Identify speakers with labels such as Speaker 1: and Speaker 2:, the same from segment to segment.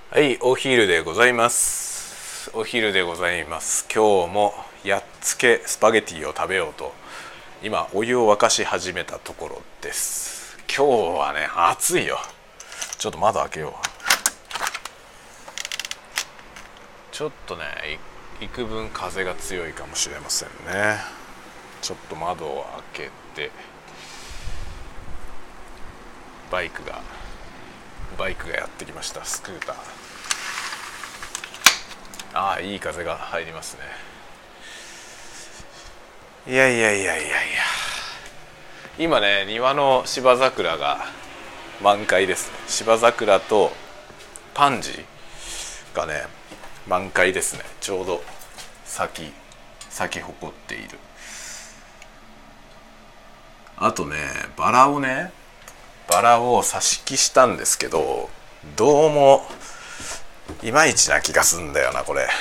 Speaker 1: はい、お昼でございます。お昼でございます。今日もやっつけスパゲティを食べようと今お湯を沸かし始めたところです。今日はね、暑いよ。ちょっと窓開けよう。ちょっとね、幾分風が強いかもしれませんね。ちょっと窓を開けて、バイクがやってきました。スクーター。ああ、いい風が入りますね。いや今ね、庭の芝桜が満開ですね。芝桜とパンジーがね満開ですね。ちょうど咲き誇っている。あとね、バラを挿し木したんですけど、どうもいまいちな気がすんだよなこれ。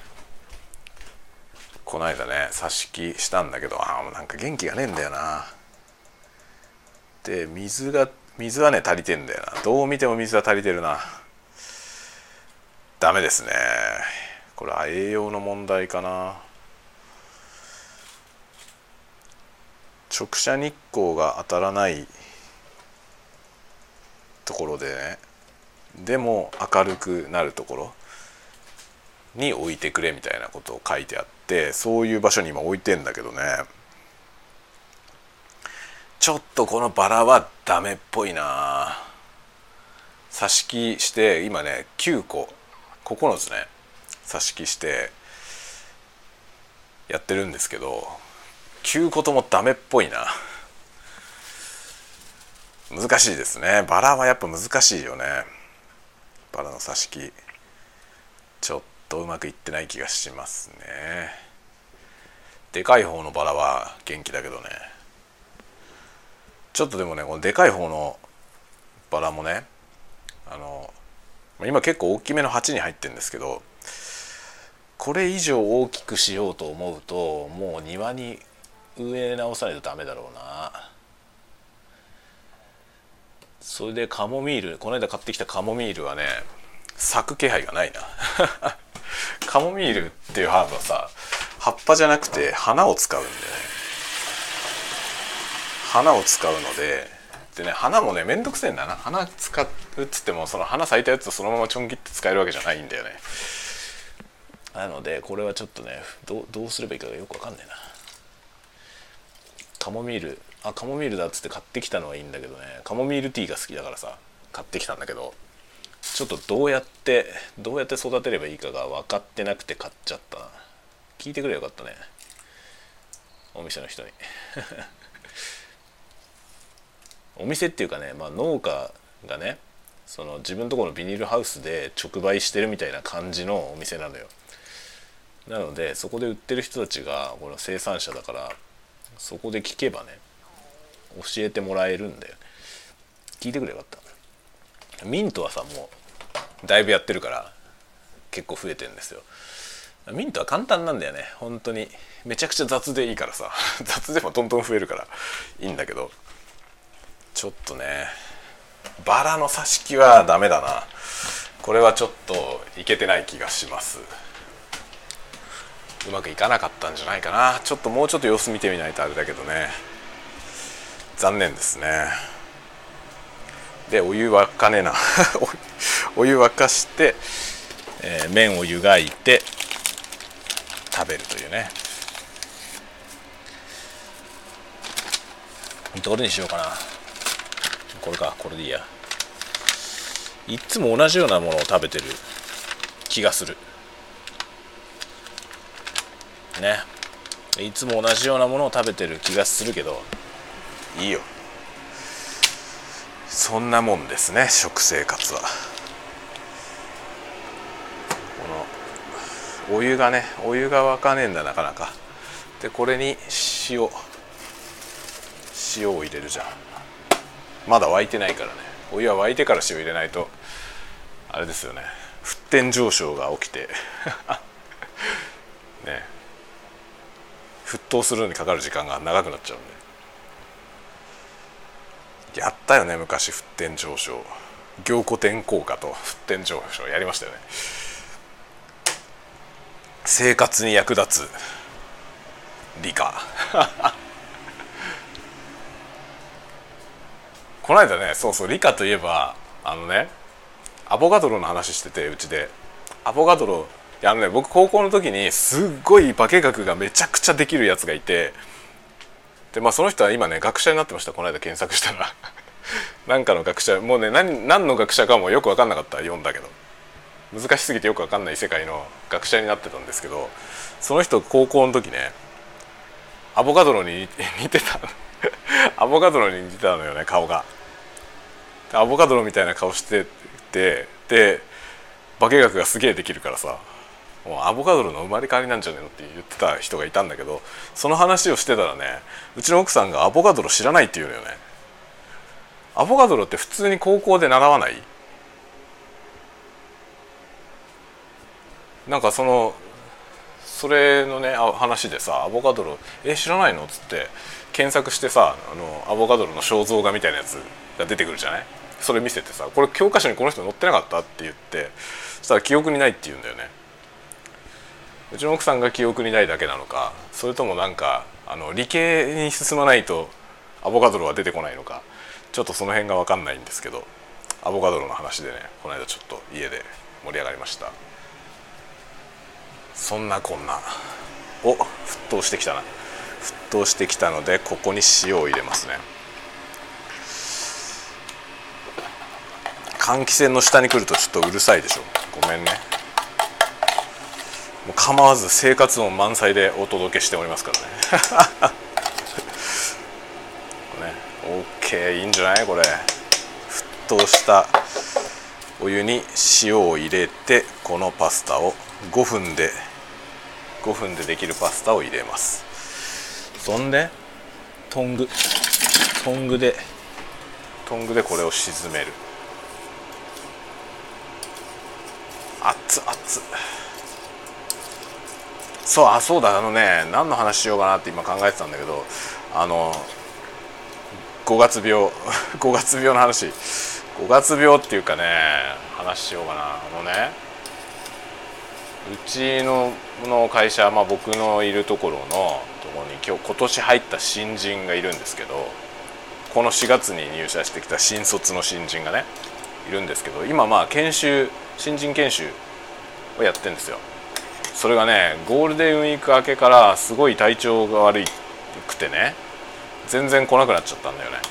Speaker 1: この間ね、挿し木したんだけど、なんか元気がねえんだよな。で、水はね足りてんだよな。どう見ても水は足りてるな。ダメですね。これは栄養の問題かな。直射日光が当たらないところでね、でも明るくなるところに置いてくれみたいなことを書いてあって、そういう場所に今置いてんだけどね、ちょっとこのバラはダメっぽいな。挿し木して今ね9つね挿し木してやってるんですけど、9個ともダメっぽいな。難しいですね。バラはやっぱ難しいよね。バラの挿し木ちょっとうまくいってない気がしますね。でかい方のバラは元気だけどね。ちょっとでもね、このでかい方のバラもね、今結構大きめの鉢に入ってるんですけど、これ以上大きくしようと思うともう庭に植え直さないとダメだろうな。それでカモミール、この間買ってきたカモミールはね、咲く気配がないな。カモミールっていうハーブはさ、葉っぱじゃなくて花を使うんでね。花を使うのでね、花もねめんどくせえんだな。花使うっつっても、その花咲いたやつをそのままちょん切って使えるわけじゃないんだよね。なのでこれはちょっとね、どうすればいいかがよくわかんないな。カモミールだっつって買ってきたのはいいんだけどね、カモミールティーが好きだからさ買ってきたんだけど、ちょっとどうやって育てればいいかが分かってなくて買っちゃったな。聞いてくれよかったね、お店の人に。お店っていうかね、農家がね、その自分のところのビニールハウスで直売してるみたいな感じのお店なのよ。なのでそこで売ってる人たちがこの生産者だから、そこで聞けばね教えてもらえるんで、聞いてくれよかった。ミントはさ、もうだいぶやってるから結構増えてるんですよ。ミントは簡単なんだよね、本当に。めちゃくちゃ雑でいいからさ雑でもどんどん増えるからいいんだけど、ちょっとね、バラの挿し木はダメだな。これはちょっといけてない気がします。うまくいかなかったんじゃないかな。ちょっともうちょっと様子見てみないとあれだけどね、残念ですね。で、お湯沸かねえなお湯沸かして、麺を湯がいて食べるというね。どれにしようかな。これでいいや。いつも同じようなものを食べてる気がするね。いつも同じようなものを食べてる気がするけど、いいよ、そんなもんですね、食生活は。このお湯が沸かねえんだ、なかなか。で、これに塩を入れるじゃん。まだ沸いてないからね。お湯は沸いてから塩入れないとあれですよね、沸点上昇が起きてね、沸騰するのにかかる時間が長くなっちゃうんで。やったよね昔、沸点上昇。 凝固点効果と沸点上昇やりましたよね。生活に役立つ理科この間ね、そう理科といえばアボガドロの話してて、うちでアボガドロ僕高校の時にすっごい化学がめちゃくちゃできるやつがいて、でその人は今ね学者になってました。この間検索したらなんかの学者、もうね何の学者かもよく分かんなかった。読んだけど難しすぎてよく分かんない世界の学者になってたんですけど、その人高校の時ねアボガドロに似てたアボガドロに似てたのよね、顔が。アボガドロみたいな顔してて、で化学がすげえできるからさ、もうアボガドロの生まれ変わりなんじゃねえのって言ってた人がいたんだけど、その話をしてたらね、うちの奥さんがアボガドロ知らないって言うのよね。アボガドロって普通に高校で習わない？なんかそれのね話でさ、アボガドロ知らないのっつって検索してさ、アボガドロの肖像画みたいなやつが出てくるじゃない。それ見せてさ、これ教科書にこの人載ってなかったって言って、そしたら記憶にないって言うんだよね。うちの奥さんが記憶にないだけなのか、それともなんか理系に進まないとアボガドロは出てこないのか、ちょっとその辺が分かんないんですけど、アボガドロの話でねこの間ちょっと家で盛り上がりました。そんなこんな沸騰してきたので、ここに塩を入れますね。換気扇の下に来るとちょっとうるさいでしょ、ごめんね。もう構わず生活音満載でお届けしておりますからねOK、 いいんじゃない。これ沸騰したお湯に塩を入れて、このパスタを5分でできるパスタを入れます。そんでトングでこれを沈める。熱々。そうだ、何の話しようかなって今考えてたんだけど、5月病5月病の話、5月病っていうかね、話しようかな。うちの会社、僕のいるところに今年入った新人がいるんですけど、この4月に入社してきた新卒の新人がねいるんですけど、今新人研修をやってるんですよ。それがね、ゴールデンウィーク明けからすごい体調が悪くてね、全然来なくなっちゃったんだよね。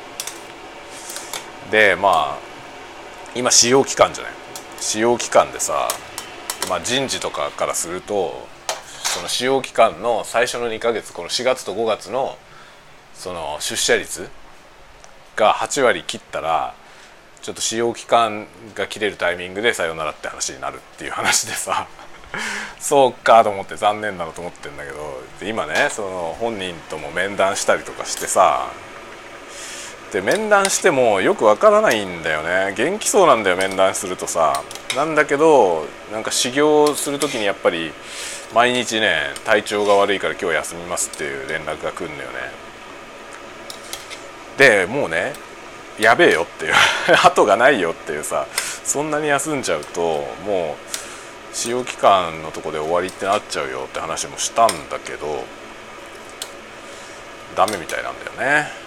Speaker 1: で今試用期間じゃない。試用期間でさ、人事とかからすると、その試用期間の最初の2ヶ月、この4月と5月のその出社率が8割切ったら、ちょっと試用期間が切れるタイミングでさよならって話になるっていう話でさそうかと思って残念だなと思ってるんだけど、で今ねその本人とも面談したりとかしてさ、で面談してもよくわからないんだよね。元気そうなんだよ、面談するとさ。なんだけどなんか始業する時にやっぱり毎日ね、体調が悪いから今日休みますっていう連絡が来るんだよね。でもうね、やべえよっていう後がないよっていうさ、そんなに休んじゃうともう使用期間のとこで終わりってなっちゃうよって話もしたんだけど、ダメみたいなんだよね。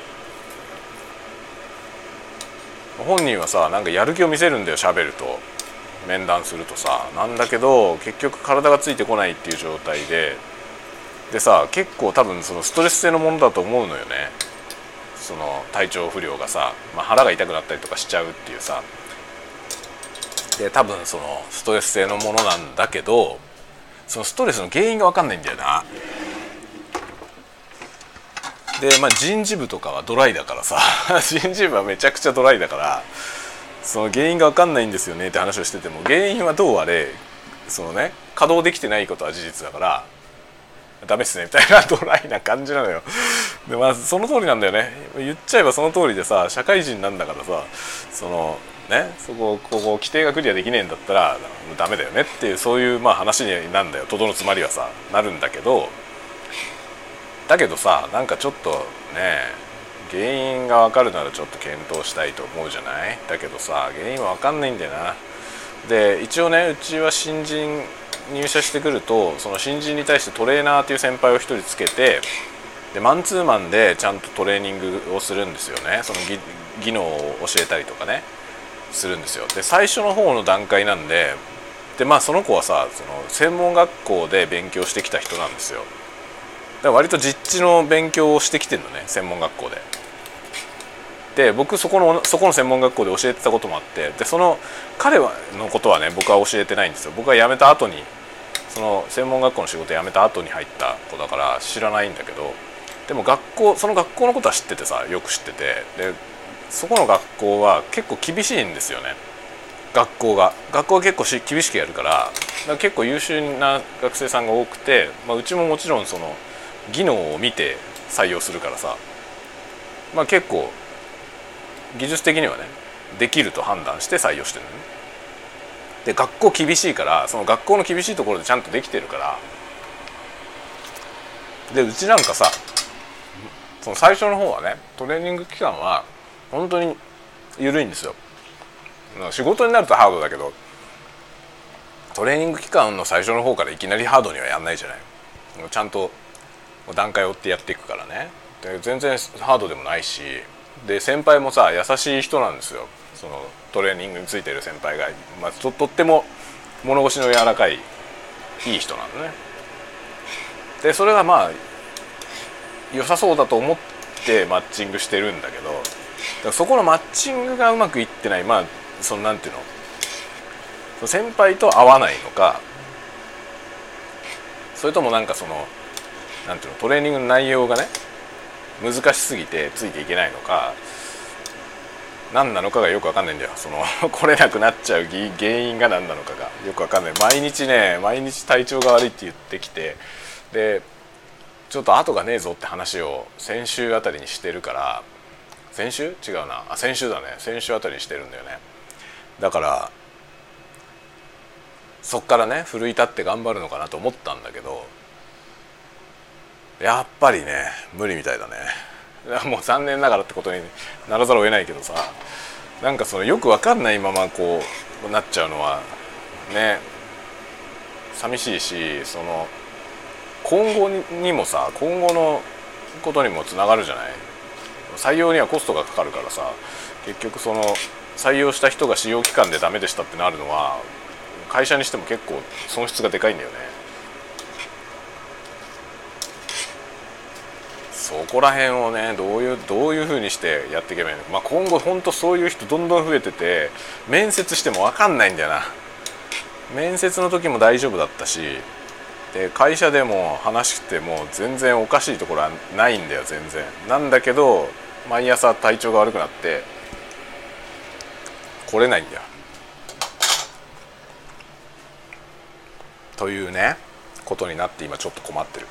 Speaker 1: 本人はさ、なんかやる気を見せるんだよ、喋ると、面談するとさ。なんだけど結局体がついてこないっていう状態でさ、結構多分そのストレス性のものだと思うのよね。その体調不良がさ、腹が痛くなったりとかしちゃうっていうさ。で多分そのストレス性のものなんだけど、そのストレスの原因が分かんないんだよな。で人事部とかはドライだからさ人事部はめちゃくちゃドライだから、その原因が分かんないんですよねって話をしてても、原因はどうあれそのね、稼働できてないことは事実だからダメっすねみたいなドライな感じなのよ。でその通りなんだよね。言っちゃえばその通りでさ、社会人なんだからさ、そのね、ここ規定がクリアできねえんだったらダメだよねっていう、そういう話になんだよ、とどのつまりはさなるんだけど、さ、なんかちょっとね、 原因が分かるならちょっと検討したいと思うじゃない。だけどさ、原因は分かんないんだよな。で一応ね、うちは新人入社してくると、その新人に対してトレーナーっていう先輩を一人つけて、でマンツーマンでちゃんとトレーニングをするんですよね。その技能を教えたりとかねするんですよ。で最初の方の段階なんで、その子はさ、その専門学校で勉強してきた人なんですよ。だから割と実地の勉強をしてきてるのね、専門学校で。で僕そこの専門学校で教えてたこともあって、でその彼のことはね僕は教えてないんですよ。僕は辞めた後に、その専門学校の仕事辞めた後に入った子だから知らないんだけど、でもその学校のことは知っててさ、よく知ってて、でそこの学校は結構厳しいんですよね。学校は結構厳しくやるから、結構優秀な学生さんが多くて、うちももちろんその技能を見て採用するからさ、結構技術的にはねできると判断して採用してるのね。で学校厳しいから、その学校の厳しいところでちゃんとできてるから、でうちなんかさ、その最初の方はね、トレーニング期間は本当に緩いんですよ。仕事になるとハードだけど、トレーニング期間の最初の方からいきなりハードにはやんないじゃない。ちゃんと段階を追ってやっていくからね。で全然ハードでもないし、で先輩もさ優しい人なんですよ。そのトレーニングについてる先輩が、とっても物腰の柔らかいいい人なのね。でそれが良さそうだと思ってマッチングしてるんだけど、だからそこのマッチングがうまくいってない、そのなんていうの、先輩と合わないのか、それともなんていうの、トレーニングの内容がね難しすぎてついていけないのか、何なのかがよく分かんないんだよ。その来れなくなっちゃう原因が何なのかがよく分かんない。毎日体調が悪いって言ってきて、でちょっと後がねえぞって話を先週あたりにしてるから、先週だね、先週あたりにしてるんだよね。だからそっからね奮い立って頑張るのかなと思ったんだけど、やっぱりね無理みたいだね。もう残念ながらってことにならざるを得ないけどさ、そのよく分かんないままこうなっちゃうのはね寂しいし、その今後のことにもつながるじゃない。採用にはコストがかかるからさ、結局その採用した人が使用期間でダメでしたってなるのは会社にしても結構損失がでかいんだよね。そこら辺をねどういう風にしてやっていけばいいのか。今後本当そういう人どんどん増えてて、面接しても分かんないんだよな。面接の時も大丈夫だったし、で会社でも話しても全然おかしいところはないんだよ、全然。なんだけど毎朝体調が悪くなって来れないんだよというねことになって、今ちょっと困ってる。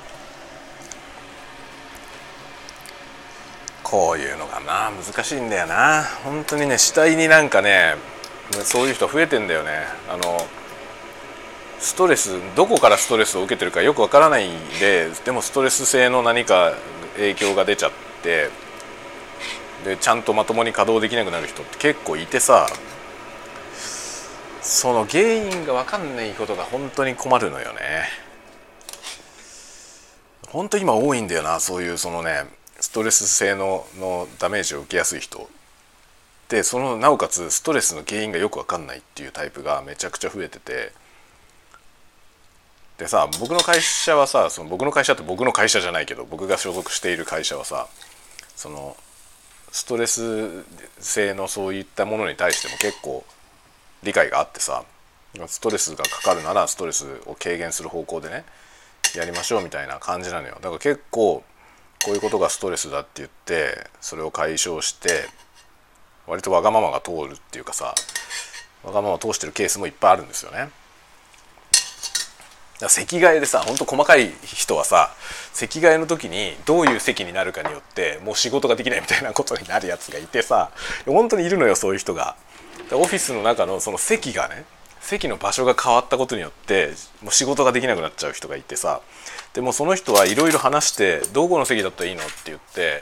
Speaker 1: こういうのが難しいんだよな本当にね。次第にそういう人増えてんだよね。どこからストレスを受けてるかよくわからないでもストレス性の何か影響が出ちゃって、でちゃんとまともに稼働できなくなる人って結構いてさ、その原因がわかんないことが本当に困るのよね。本当今多いんだよな、そういうそのねストレス性のダメージを受けやすい人で、そのなおかつストレスの原因がよくわかんないっていうタイプがめちゃくちゃ増えてて、でさ、僕の会社はさ、僕の会社って僕の会社じゃないけど、僕が所属している会社はさ、そのストレス性のそういったものに対しても結構理解があってさ、ストレスがかかるならストレスを軽減する方向でねやりましょうみたいな感じなのよ。だから結構こういうことがストレスだって言ってそれを解消して割とわがままが通るっていうかさ、わがままを通してるケースもいっぱいあるんですよね。席替えでさ、ほんと細かい人はさ、席替えの時にどういう席になるかによってもう仕事ができないみたいなことになるやつがいてさ、本当にいるのよそういう人が。オフィスの中のその席の場所が変わったことによってもう仕事ができなくなっちゃう人がいてさ、でもその人はいろいろ話してどこの席だったらいいのって言って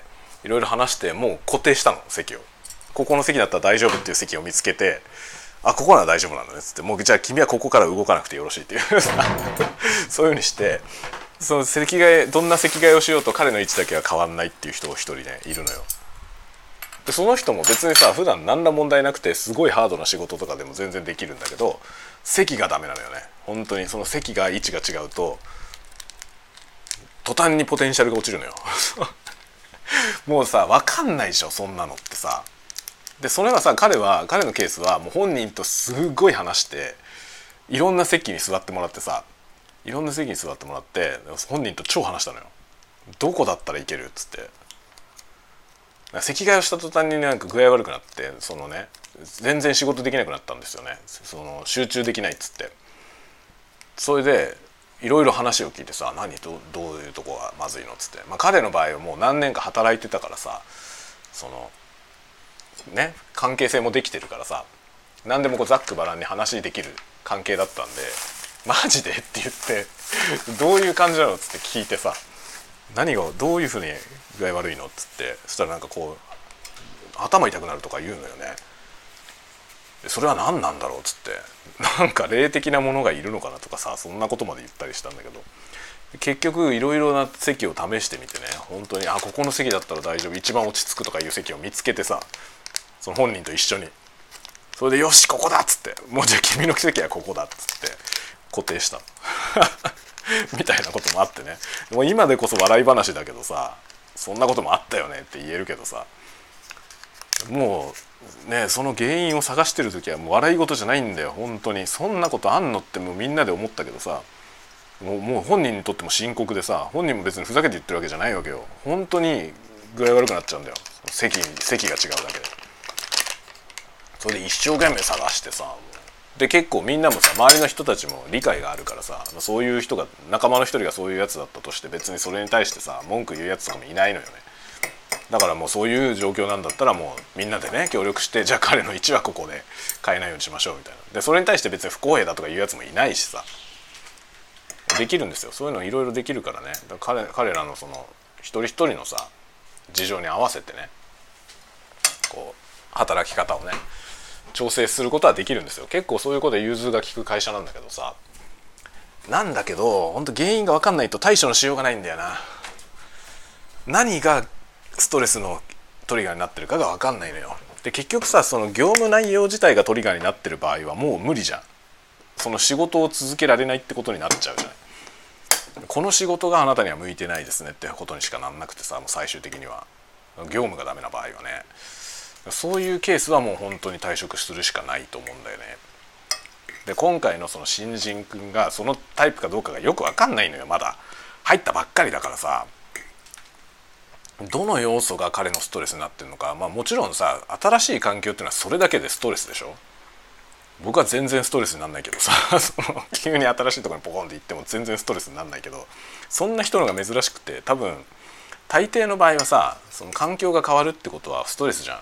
Speaker 1: いろいろ話してもう固定したの席を。ここの席だったら大丈夫っていう席を見つけて、あ、ここなら大丈夫なのねっつって、もうじゃあ君はここから動かなくてよろしいっていうそういう風にして、その席替え、どんな席替えをしようと彼の位置だけは変わんないっていう人一人ねいるのよ。でその人も別にさ普段何ら問題なくてすごいハードな仕事とかでも全然できるんだけど、席がダメなのよね。本当にその席が位置が違うと途端にポテンシャルが落ちるのよもうさ分かんないでしょそんなのってさ。でそれはさ彼のケースはもう本人とすごい話していろんな席に座ってもらってさ、いろんな席に座ってもらって本人と超話したのよ。どこだったらいけるっつって、席替えをした途端になんか具合悪くなって、そのね全然仕事できなくなったんですよね。その集中できないっつって、それでいろいろ話を聞いてさ、どういうとこがまずいのっつって、彼の場合はもう何年か働いてたからさ、そのね関係性もできてるからさ、何でもこうざっくばらんに話できる関係だったんで、マジでって言ってどういう感じなのっつって聞いてさ、何がどういうふうに具合悪いのっつって、そしたらなんかこう頭痛くなるとか言うのよね。それは何なんだろうっつって、なんか霊的なものがいるのかなとかさ、そんなことまで言ったりしたんだけど、結局いろいろな席を試してみてね、本当にここの席だったら大丈夫、一番落ち着くとかいう席を見つけてさ、その本人と一緒にそれでよしここだっつって、もうじゃあ君の席はここだっつって固定したみたいなこともあってね。もう今でこそ笑い話だけどさ、そんなこともあったよねって言えるけどさ、もうねその原因を探してる時はもう笑い事じゃないんだよ本当に。そんなことあんのってもうみんなで思ったけどさ、もう本人にとっても深刻でさ、本人も別にふざけて言ってるわけじゃないわけよ。本当に具合悪くなっちゃうんだよ、席が違うだけで。それで一生懸命探してさ、で結構みんなもさ周りの人たちも理解があるからさ、そういう人が仲間の一人がそういうやつだったとして別にそれに対してさ文句言うやつとかもいないのよね。だからもうそういう状況なんだったらもうみんなでね協力して、じゃあ彼の位置はここで変えないようにしましょうみたいな。でそれに対して別に不公平だとか言うやつもいないしさ、できるんですよ、そういうのいろいろできるからね。だから彼らのその一人一人のさ事情に合わせてね、こう働き方をね調整することはできるんですよ。結構そういうことで融通が利く会社なんだけどさ、なんだけど本当原因が分かんないと対処のしようがないんだよな。何がストレスのトリガーになってるかが分かんないのよ。で結局さ、その業務内容自体がトリガーになってる場合はもう無理じゃん。その仕事を続けられないってことになっちゃうじゃない。この仕事があなたには向いてないですねってことにしかなんなくてさ、もう最終的には業務がダメな場合はね、そういうケースはもう本当に退職するしかないと思うんだよね。で今回のその新人君がそのタイプかどうかがよく分かんないのよ。まだ入ったばっかりだからさ、どの要素が彼のストレスになってるのか。もちろんさ新しい環境っていうのはそれだけでストレスでしょ。僕は全然ストレスにならないけどさその急に新しいところにポコンって行っても全然ストレスにならないけど、そんな人のが珍しくて、多分大抵の場合はさその環境が変わるってことはストレスじゃん。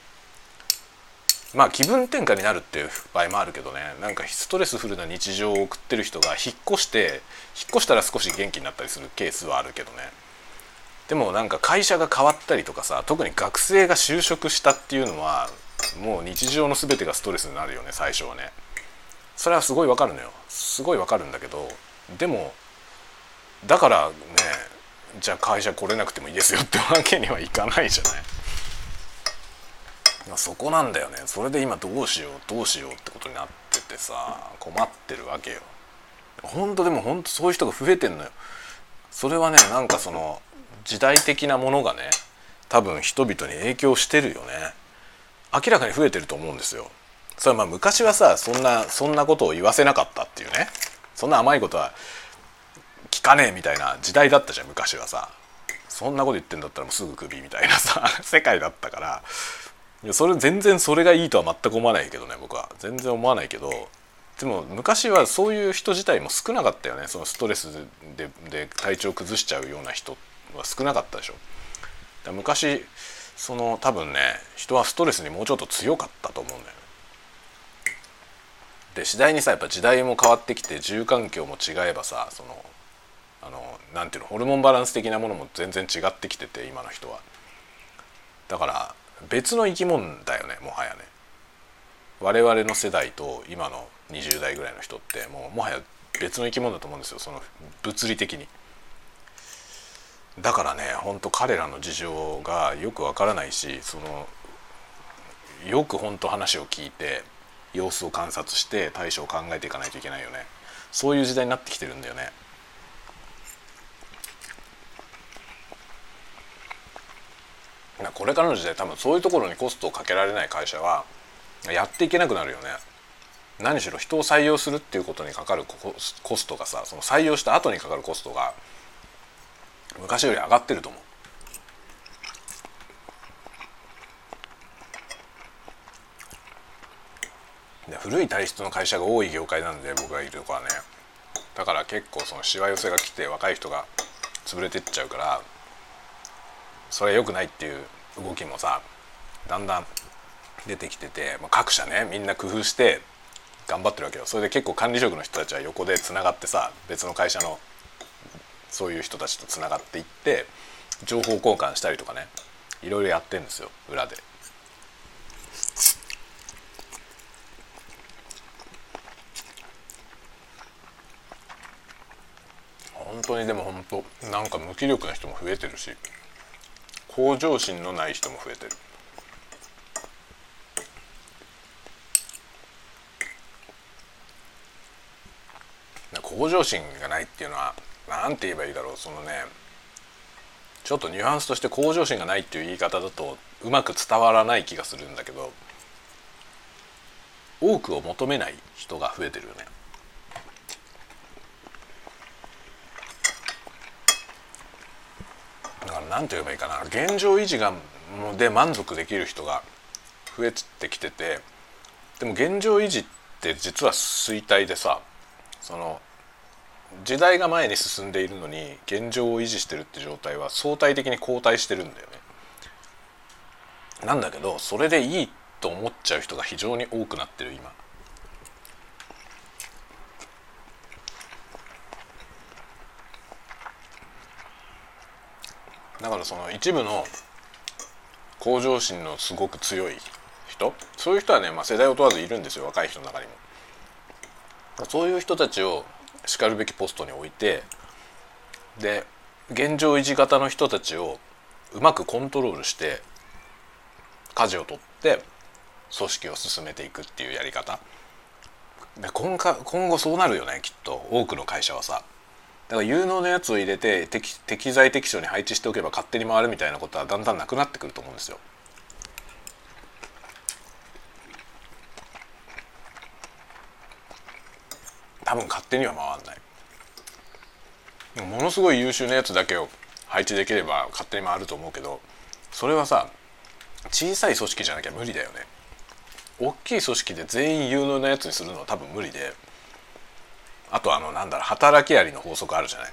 Speaker 1: 気分転換になるっていう場合もあるけどね、なんかストレスフルな日常を送ってる人が引っ越したら少し元気になったりするケースはあるけどね。でもなんか会社が変わったりとかさ、特に学生が就職したっていうのはもう日常の全てがストレスになるよね最初はね。それはすごいわかるのよ、すごいわかるんだけど、でもだからね、じゃあ会社来れなくてもいいですよってわけにはいかないじゃない。そこなんだよね。それで今どうしようってことになっててさ、困ってるわけよ。でも本当そういう人が増えてんのよ。それはね、なんかその時代的なものがね多分人々に影響してるよね。明らかに増えてると思うんですよ。それは昔はさそんなことを言わせなかったっていうね、そんな甘いことは聞かねえみたいな時代だったじゃん昔はさ。そんなこと言ってんだったらもうすぐクビみたいなさ世界だったから、全然それがいいとは全く思わないけどね、僕は全然思わないけど、でも昔はそういう人自体も少なかったよね。そのストレスで体調崩しちゃうような人は少なかったでしょ。昔多分ね人はストレスにもうちょっと強かったと思うんだよね。で次第にさやっぱ時代も変わってきて住環境も違えばさ、なんていうの、ホルモンバランス的なものも全然違ってきてて、今の人はだから別の生き物だよね、もはやね。我々の世代と今の20代ぐらいの人ってもはや別の生き物だと思うんですよ、その物理的に。だからね、本当彼らの事情がよくわからないし、よく本当話を聞いて様子を観察して対処を考えていかないといけないよね。そういう時代になってきてるんだよね。これからの時代多分そういうところにコストをかけられない会社はやっていけなくなるよね。何しろ人を採用するっていうことにかかるコストがさ、その採用した後にかかるコストが昔より上がってると思う。で古い体質の会社が多い業界なんで、僕がいるとこはね。だから結構そのしわ寄せが来て若い人が潰れてっちゃうから、それ良くないっていう動きもさだんだん出てきてて、各社ねみんな工夫して頑張ってるわけよ。それで結構管理職の人たちは横でつながってさ、別の会社のそういう人たちとつながっていって情報交換したりとかね、いろいろやってるんですよ、裏で。本当にでも本当なんか無気力な人も増えてるし、向上心のない人も増えてる。向上心がないっていうのはなんて言えばいいだろう。そのね、ちょっとニュアンスとして向上心がないっていう言い方だとうまく伝わらない気がするんだけど、多くを求めない人が増えてるよね。だから何て言えばいいかな、現状維持で満足できる人が増えてきてて、でも現状維持って実は衰退でさ、その時代が前に進んでいるのに現状を維持してるって状態は相対的に後退してるんだよね。なんだけどそれでいいと思っちゃう人が非常に多くなってる今。だからその一部の向上心のすごく強い人、そういう人はね、世代を問わずいるんですよ、若い人の中にも。そういう人たちをしかるべきポストに置いて、で現状維持型の人たちをうまくコントロールして舵を取って組織を進めていくっていうやり方で、今後そうなるよね、きっと。多くの会社はさ、だから有能なやつを入れて適材適所に配置しておけば勝手に回るみたいなことはだんだんなくなってくると思うんですよ。多分勝手には回んない。ものすごい優秀なやつだけを配置できれば勝手に回ると思うけど、それはさ小さい組織じゃなきゃ無理だよね。大きい組織で全員有能なやつにするのは多分無理で、あと働きアリの法則あるじゃない。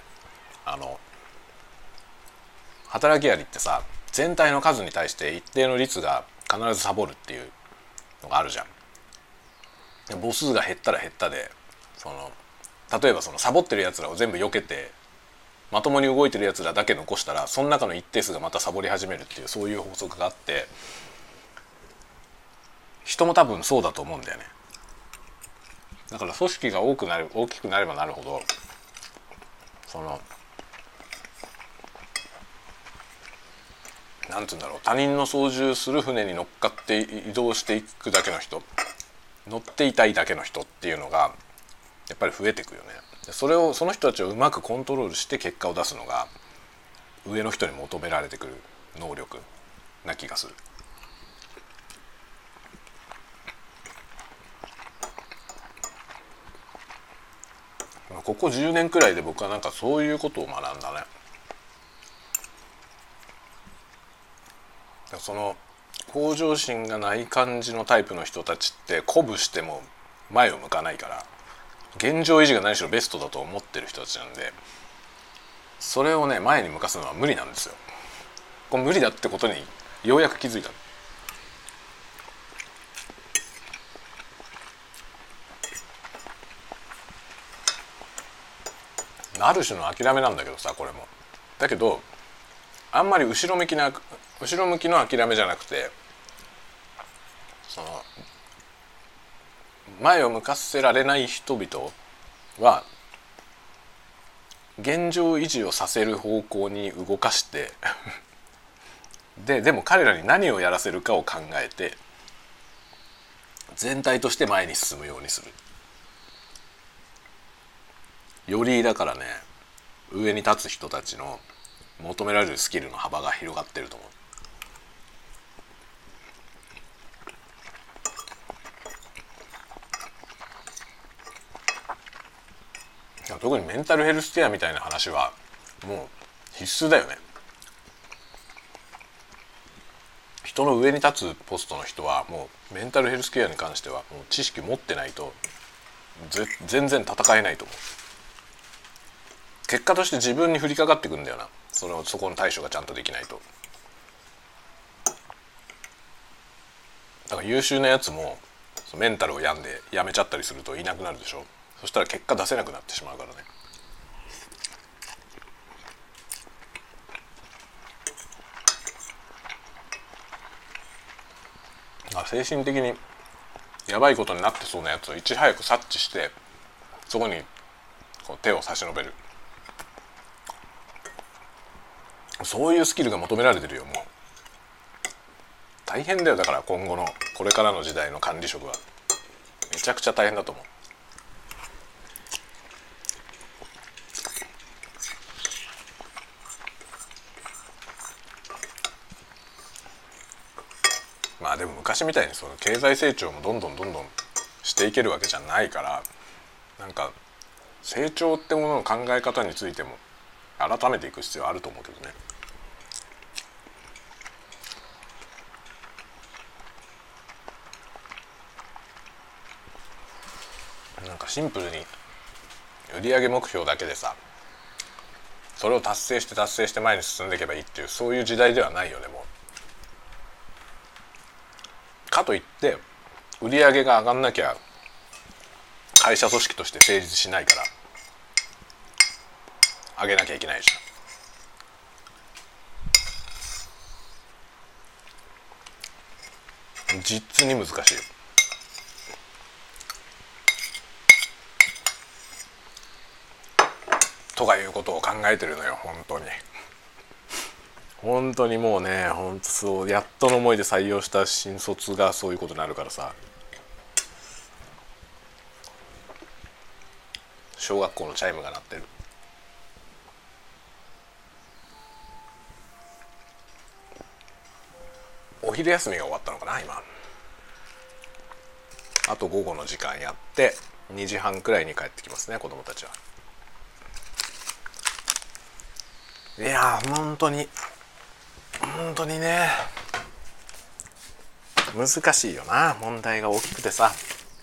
Speaker 1: 働きアリってさ、全体の数に対して一定の率が必ずサボるっていうのがあるじゃん。母数が減ったら減ったで、例えばそのサボってるやつらを全部避けてまともに動いてるやつらだけ残したら、その中の一定数がまたサボり始めるっていう、そういう法則があって、人も多分そうだと思うんだよね。だから組織が大きくなればなるほど、なんていうんだろう、他人の操縦する船に乗っかって移動していくだけの人、乗っていたいだけの人っていうのがやっぱり増えていくよね。その人たちをうまくコントロールして結果を出すのが上の人に求められてくる能力な気がする。ここ10年くらいで僕はなんかそういうことを学んだね。その向上心がない感じのタイプの人たちって鼓舞しても前を向かないから、現状維持が何しろベストだと思ってる人たちなんで、それをね前に向かすのは無理なんですよ。これ無理だってことにようやく気づいた。ある種の諦めなんだけどさ、これも。だけどあんまり後ろ向きな後ろ向きの諦めじゃなくて、その前を向かせられない人々は現状維持をさせる方向に動かしてでも彼らに何をやらせるかを考えて全体として前に進むようにする。よりだからね、上に立つ人たちの求められるスキルの幅が広がってると思う。特にメンタルヘルスケアみたいな話はもう必須だよね。人の上に立つポストの人はもうメンタルヘルスケアに関してはもう知識持ってないと全然戦えないと思う。結果として自分に降りかかってくるんだよな、そこの対処がちゃんとできないと。だから優秀なやつもメンタルを病んでやめちゃったりするといなくなるでしょ。そしたら結果出せなくなってしまうからね。精神的にやばいことになってそうなやつをいち早く察知してそこにこう手を差し伸べる、そういうスキルが求められてるよ。もう大変だよ。だから今後のこれからの時代の管理職はめちゃくちゃ大変だと思う。まあでも昔みたいにその経済成長もどんどんしていけるわけじゃないから、なんか成長ってものの考え方についても改めていく必要あると思うけどね。なんかシンプルに売上目標だけでさ、それを達成して前に進んでいけばいいっていう、そういう時代ではないよね。もうかといって売上が上がんなきゃ会社組織として成立しないから上げなきゃいけないじゃん。実に難しいよ。とかいうことを考えてるのよ。本当にもうね、本当そう、やっとの思いで採用した新卒がそういうことになるからさ。小学校のチャイムが鳴ってる。お昼休みが終わったのかな今。あと午後の時間やって2時半くらいに帰ってきますね、子供たちは。いやー本当にね、難しいよな。問題が大きくてさ。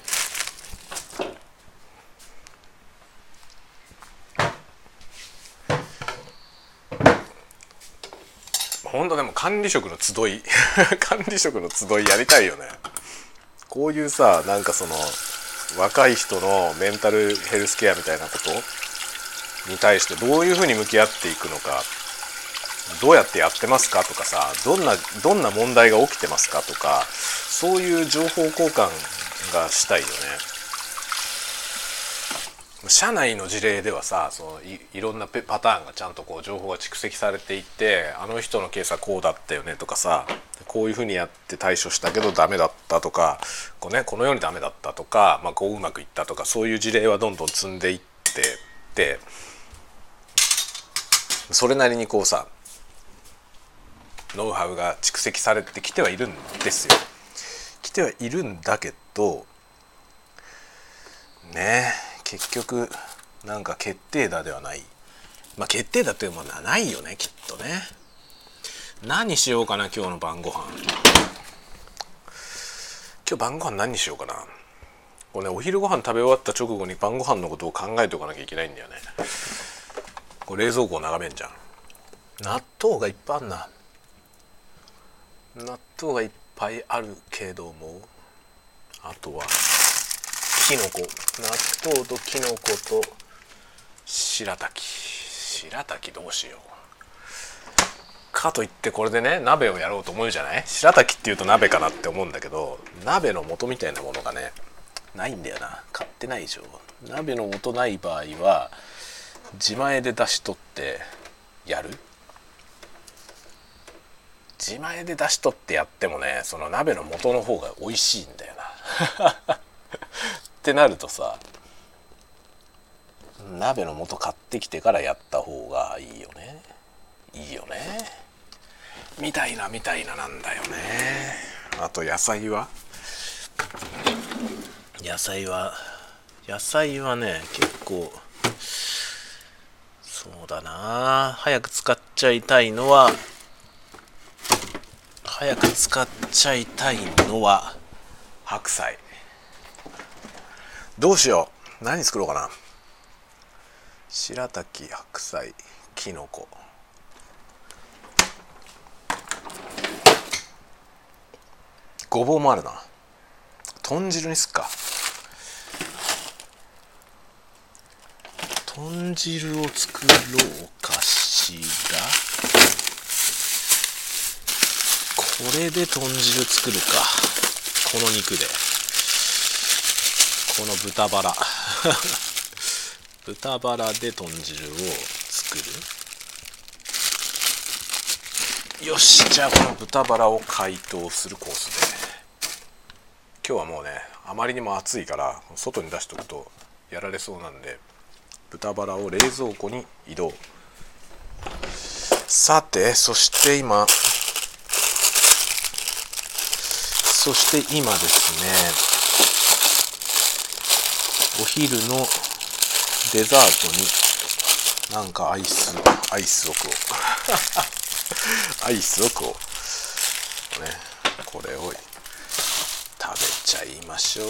Speaker 1: 本当でも管理職の集い管理職の集いやりたいよね。こういうさ、なんかその若い人のメンタルヘルスケアみたいなことに対してどういうふうに向き合っていくのか、どうやってやってますかとかさ、どんな問題が起きてますかとか、そういう情報交換がしたいよね。社内の事例ではさ、いろんなパターンがちゃんとこう情報が蓄積されていって、あの人のケースはこうだったよねとかさ、こういうふうにやって対処したけどダメだったとか、このようにダメだったとか、こううまくいったとか、そういう事例はどんどん積んでいってで、それなりにこうさ、ノウハウが蓄積されてきてはいるんですよ。来てはいるんだけどね、結局なんか決定打ではない。決定打っていうものはないよね、きっとね。何しようかな、今日の晩ご飯。今日晩ご飯何にしようかな。これね、お昼ご飯食べ終わった直後に晩ご飯のことを考えておかなきゃいけないんだよね。これ冷蔵庫を眺めんじゃん。納豆がいっぱいあるな。納豆がいっぱいあるけども、あとはキノコ、納豆とキノコと白滝どうしよかといってこれでね鍋をやろうと思うじゃない。白滝っていうと鍋かなって思うんだけど、鍋の素みたいなものがねないんだよな。買ってないでしょ。鍋の素ない場合は自前で出し取ってやる。自前で出し取ってやってもね、その鍋の素の方が美味しいんだよなってなるとさ、鍋の素買ってきてからやった方がいいよね。いいよねみたいななんだよね。あと野菜はね結構そうだな、早く使っちゃいたいのは白菜。どうしよう、何作ろうかな。白滝、白菜、きのこ、ごぼうもあるな。豚汁にすっか。豚汁を作ろうかしら。これで豚汁作るか。この肉で、この豚バラ豚バラで豚汁を作る。よし、じゃあこの豚バラを解凍するコースで。今日はもうねあまりにも暑いから外に出しとくとやられそうなんで、豚バラを冷蔵庫に移動。さて、そして今ですね、お昼のデザートになんかアイスを食おうアイスを食おうね。これを食べちゃいましょう。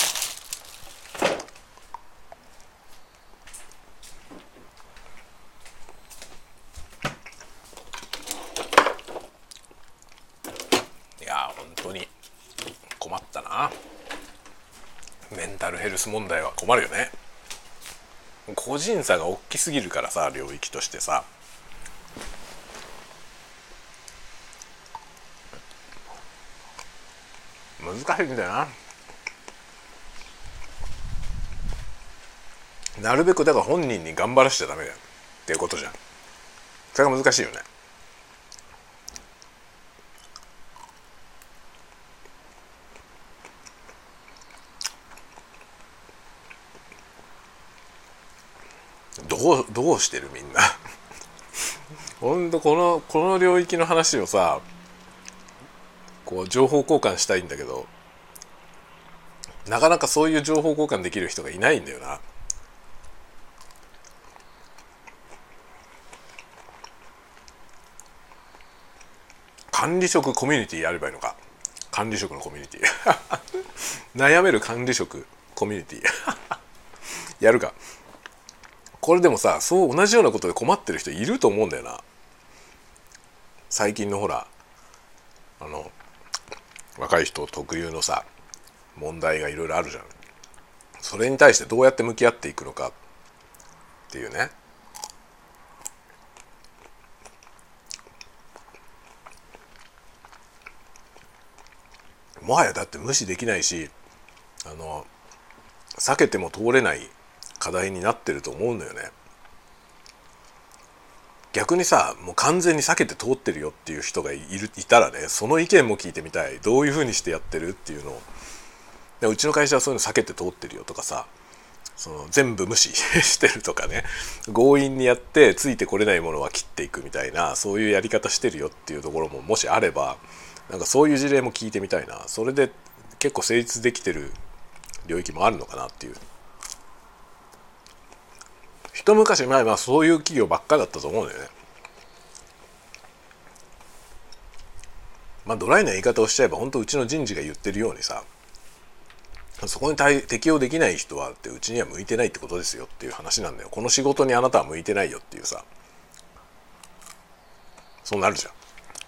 Speaker 1: いや本当に困ったな。メンタルヘルス問題は困るよね。個人差が大きすぎるからさ、領域としてさ。難しいんだよな。なるべくだから本人に頑張らしちゃダメだよっていうことじゃん。それが難しいよね。どうしてるみんなほんとこの領域の話をさ、こう情報交換したいんだけど、なかなかそういう情報交換できる人がいないんだよな。管理職コミュニティやればいいのか。管理職のコミュニティ悩める管理職コミュニティやるか。これでもさ、そう同じようなことで困ってる人いると思うんだよな。最近のほら若い人特有のさ問題がいろいろあるじゃん。それに対してどうやって向き合っていくのかっていうね。もはやだって無視できないし、避けても通れない課題になってると思うんだよね。逆にさ、もう完全に避けて通ってるよっていう人がいたらね、その意見も聞いてみたい。どういうふうにしてやってるっていうのを。でうちの会社はそういうの避けて通ってるよとかさ、その全部無視してるとかね、強引にやってついてこれないものは切っていくみたいな、そういうやり方してるよっていうところももしあれば、なんかそういう事例も聞いてみたいな。それで結構成立できてる領域もあるのかなっていう。一昔前はそういう企業ばっかだったと思うんだよね。まあドライな言い方をしちゃえば、本当うちの人事が言ってるようにさ、そこに適応できない人はってうちには向いてないってことですよっていう話なんだよ。この仕事にあなたは向いてないよっていうさ、そうなるじゃん。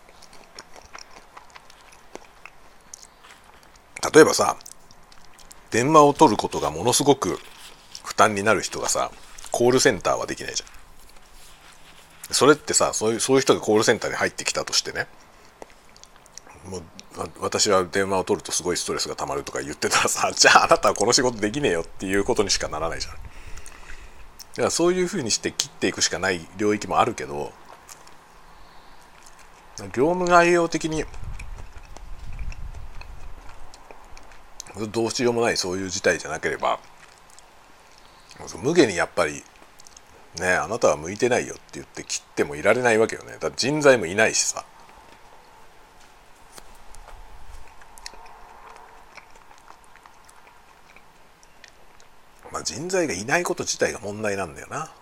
Speaker 1: 例えばさ、電話を取ることがものすごく負担になる人がさ、コールセンターはできないじゃん。 それってさ、そういう人がコールセンターに入ってきたとしてね、もう私は電話を取るとすごいストレスがたまるとか言ってたらさ、じゃああなたはこの仕事できねえよっていうことにしかならないじゃん。だからそういうふうにして切っていくしかない領域もあるけど、業務内容的にどうしようもないそういう事態じゃなければ、無下にやっぱりね、あなたは向いてないよって言って切ってもいられないわけよね。だって人材もいないしさ。まあ人材がいないこと自体が問題なんだよな。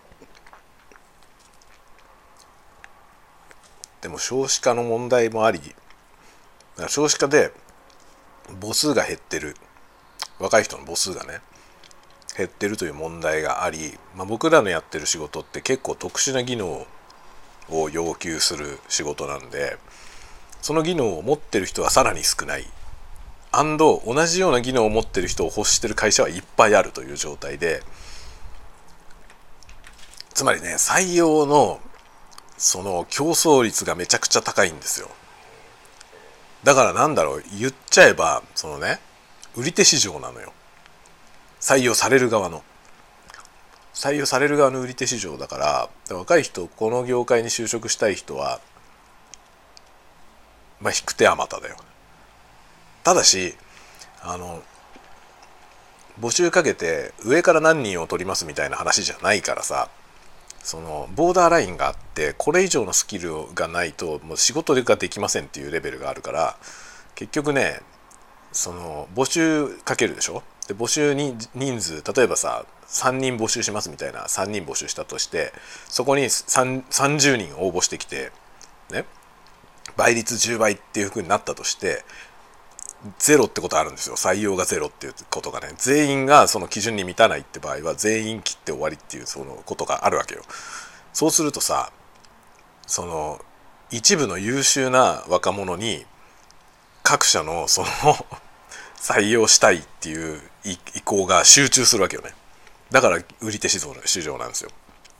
Speaker 1: でも少子化の問題もあり、少子化で母数が減ってる、若い人の母数がね減ってるという問題があり、僕らのやってる仕事って結構特殊な技能を要求する仕事なんで、その技能を持ってる人はさらに少ない。同じような技能を持ってる人を欲してる会社はいっぱいあるという状態で、つまりね、採用のその競争率がめちゃくちゃ高いんですよ。だから言っちゃえばそのね、売り手市場なのよ。採用される側の売り手市場だから、若い人、この業界に就職したい人は引く手あまただよ。ただし募集かけて上から何人を取りますみたいな話じゃないからさ、そのボーダーラインがあって、これ以上のスキルがないともう仕事ができませんっていうレベルがあるから、結局ね、その募集かけるでしょ。で募集に人数、例えばさ3人募集しますみたいな、3人募集したとして、そこに30人応募してきてね、倍率10倍っていう風になったとして、ゼロってことあるんですよ。採用がゼロっていうことがね、全員がその基準に満たないって場合は全員切って終わりっていうそのことがあるわけよ。そうするとさ、その一部の優秀な若者に各社のその採用したいっていう意向が集中するわけよね。だから売り手市場なんですよ。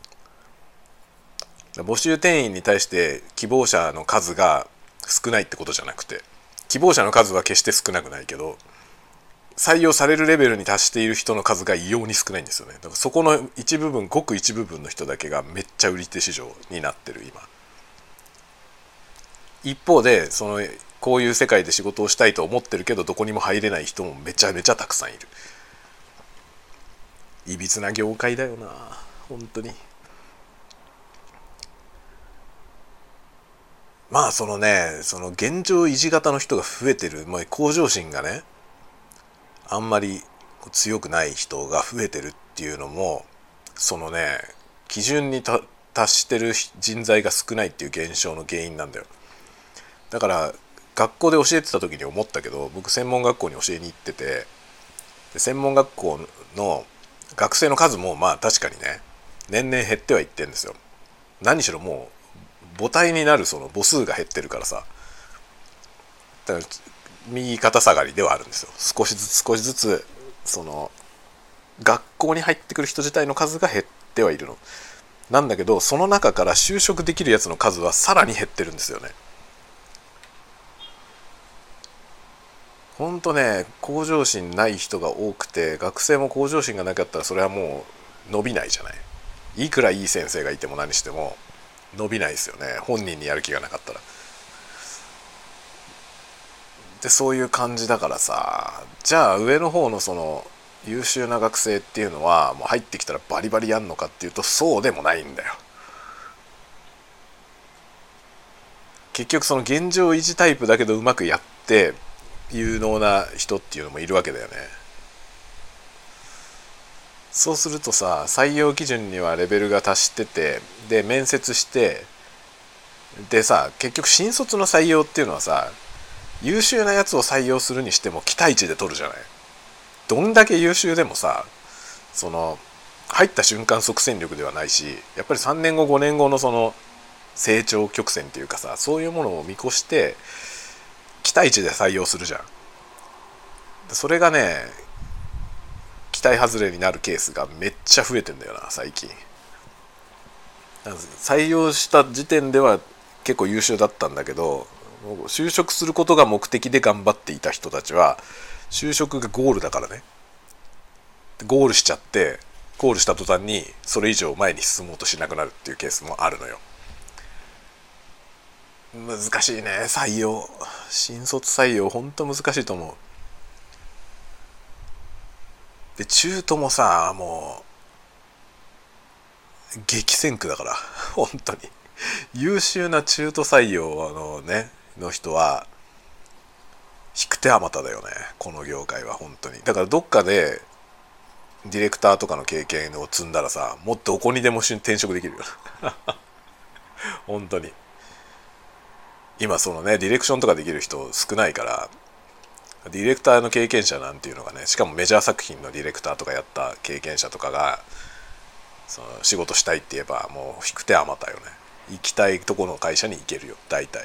Speaker 1: 募集定員に対して希望者の数が少ないってことじゃなくて、希望者の数は決して少なくないけど、採用されるレベルに達している人の数が異様に少ないんですよね。だからそこのごく一部分の人だけがめっちゃ売り手市場になってる今。一方でこういう世界で仕事をしたいと思ってるけどどこにも入れない人もめちゃめちゃたくさんいる。いびつな業界だよな本当に。その現状維持型の人が増えてる、向上心がねあんまり強くない人が増えてるっていうのも、そのね、基準に達してる人材が少ないっていう現象の原因なんだよ。だから学校で教えてた時に思ったけど、僕専門学校に教えに行ってて、専門学校の学生の数も確かにね年々減ってはいってんですよ。何しろもう母体になるその母数が減ってるからさ、だから右肩下がりではあるんですよ。少しずつその学校に入ってくる人自体の数が減ってはいるのなんだけど、その中から就職できるやつの数はさらに減ってるんですよね。ほんとね、向上心ない人が多くて、学生も向上心がなかったらそれはもう伸びないじゃない。いくらいい先生がいても何しても伸びないですよね、本人にやる気がなかったら。でそういう感じだからさ、じゃあ上の方のその優秀な学生っていうのはもう入ってきたらバリバリやんのかっていうとそうでもないんだよ。結局その現状維持タイプだけどうまくやって有能な人っていうのもいるわけだよね。そうするとさ、採用基準にはレベルが達してて、で面接して、でさ、結局新卒の採用っていうのはさ、優秀なやつを採用するにしても期待値で取るじゃない。どんだけ優秀でもさ、その入った瞬間即戦力ではないし、やっぱり3年後5年後のその成長曲線っていうかさ、そういうものを見越して期待値で採用するじゃん。それがね、期待外れになるケースがめっちゃ増えてんだよな最近。 採用した時点では結構優秀だったんだけど、就職することが目的で頑張っていた人たちは就職がゴールだからね、ゴールしちゃって、ゴールした途端にそれ以上前に進もうとしなくなるっていうケースもあるのよ。難しいね、採用、新卒採用ほんと難しいと思う。で中途もさ、もう激戦区だから本当に優秀な中途採用の人は引く手あまただよね、この業界は本当に。だからどっかでディレクターとかの経験を積んだらさ、もっとどこにでも転職できるよ本当に。今そのねディレクションとかできる人少ないから、ディレクターの経験者なんていうのがね、しかもメジャー作品のディレクターとかやった経験者とかがその仕事したいって言えばもう引く手あまたよね。行きたいとこの会社に行けるよ大体。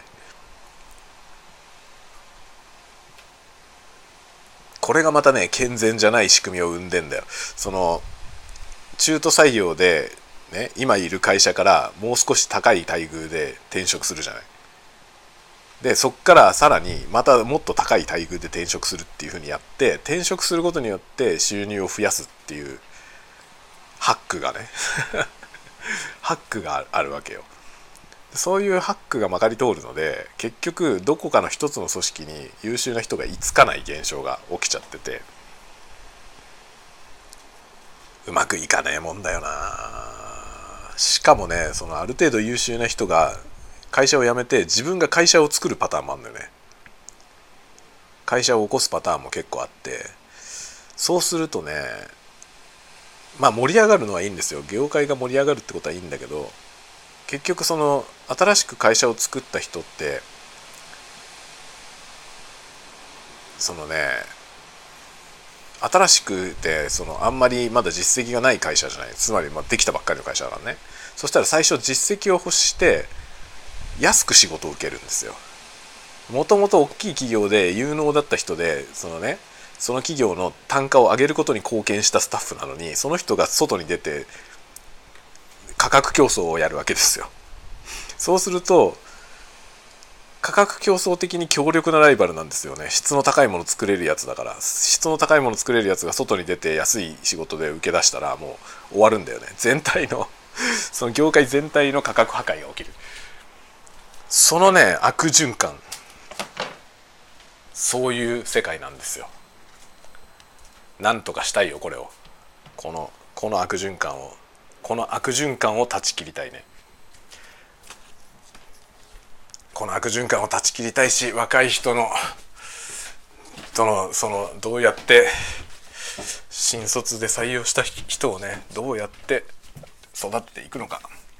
Speaker 1: これがまたね健全じゃない仕組みを生んでんだよ。その中途採用でね、今いる会社からもう少し高い待遇で転職するじゃない。でそっからさらにまたもっと高い待遇で転職するっていう風にやって、転職することによって収入を増やすっていうハックがねハックがあるわけよ。そういうハックがまかり通るので、結局どこかの一つの組織に優秀な人が居つかない現象が起きちゃってて、うまくいかねえもんだよな。しかもね、そのある程度優秀な人が会社を辞めて自分が会社を作るパターンもあるんだよね。会社を起こすパターンも結構あって、そうするとね、まあ盛り上がるのはいいんですよ。業界が盛り上がるってことはいいんだけど、結局その新しく会社を作った人ってそのね、新しくてそのあんまりまだ実績がない会社じゃない、つまりまあできたばっかりの会社だからね。そしたら最初実績を欲して安く仕事を受けるんですよ。もともと大きい企業で有能だった人で、そのね、その企業の単価を上げることに貢献したスタッフなのに、その人が外に出て価格競争をやるわけですよ。そうすると価格競争的に強力なライバルなんですよね。質の高いもの作れるやつだから。質の高いもの作れるやつが外に出て安い仕事で受け出したらもう終わるんだよね。全体のその業界全体の価格破壊が起きる。そのね悪循環、そういう世界なんですよ。なんとかしたいよこれを、この悪循環を、この悪循環を断ち切りたいね。この悪循環を断ち切りたいし、若い人のそのどうやって新卒で採用した人をね、どうやって育てていくのか。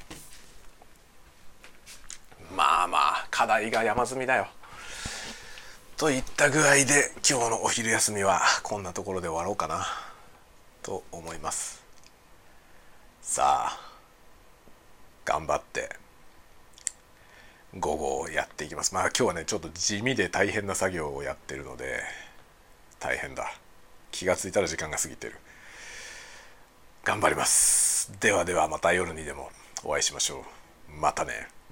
Speaker 1: まあまあ課題が山積みだよ。といった具合で今日のお昼休みはこんなところで終わろうかなと思います。さあ頑張って午後をやっていきます。まあ今日はねちょっと地味で大変な作業をやってるので大変だ。気がついたら時間が過ぎてる。頑張ります。ではではまた夜にでもお会いしましょう。またね。